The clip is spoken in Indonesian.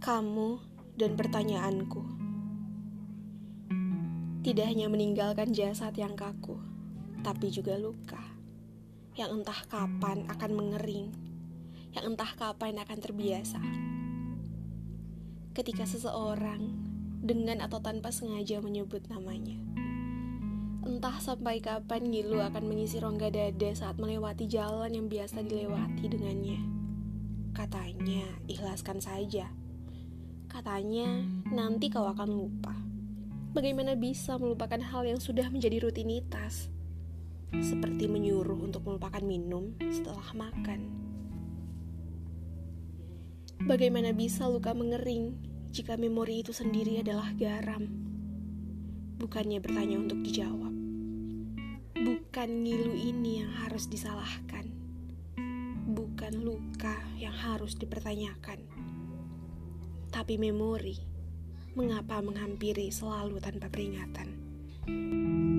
Kamu dan pertanyaanku tidak hanya meninggalkan jasad yang kaku, tapi juga luka yang entah kapan akan mengering, yang entah kapan akan terbiasa. Ketika seseorang dengan atau tanpa sengaja menyebut namanya, entah sampai kapan ngilu akan mengisi rongga dada saat melewati jalan yang biasa dilewati dengannya. Katanya, ikhlaskan saja. Katanya, nanti kau akan lupa. Bagaimana bisa melupakan hal yang sudah menjadi rutinitas? Seperti menyuruh untuk melupakan minum setelah makan. Bagaimana bisa luka mengering jika memori itu sendiri adalah garam? Bukannya bertanya untuk dijawab. Bukan ngilu ini yang harus disalahkan. Bukan luka yang harus dipertanyakan. Tapi memori, mengapa menghampiri selalu tanpa peringatan?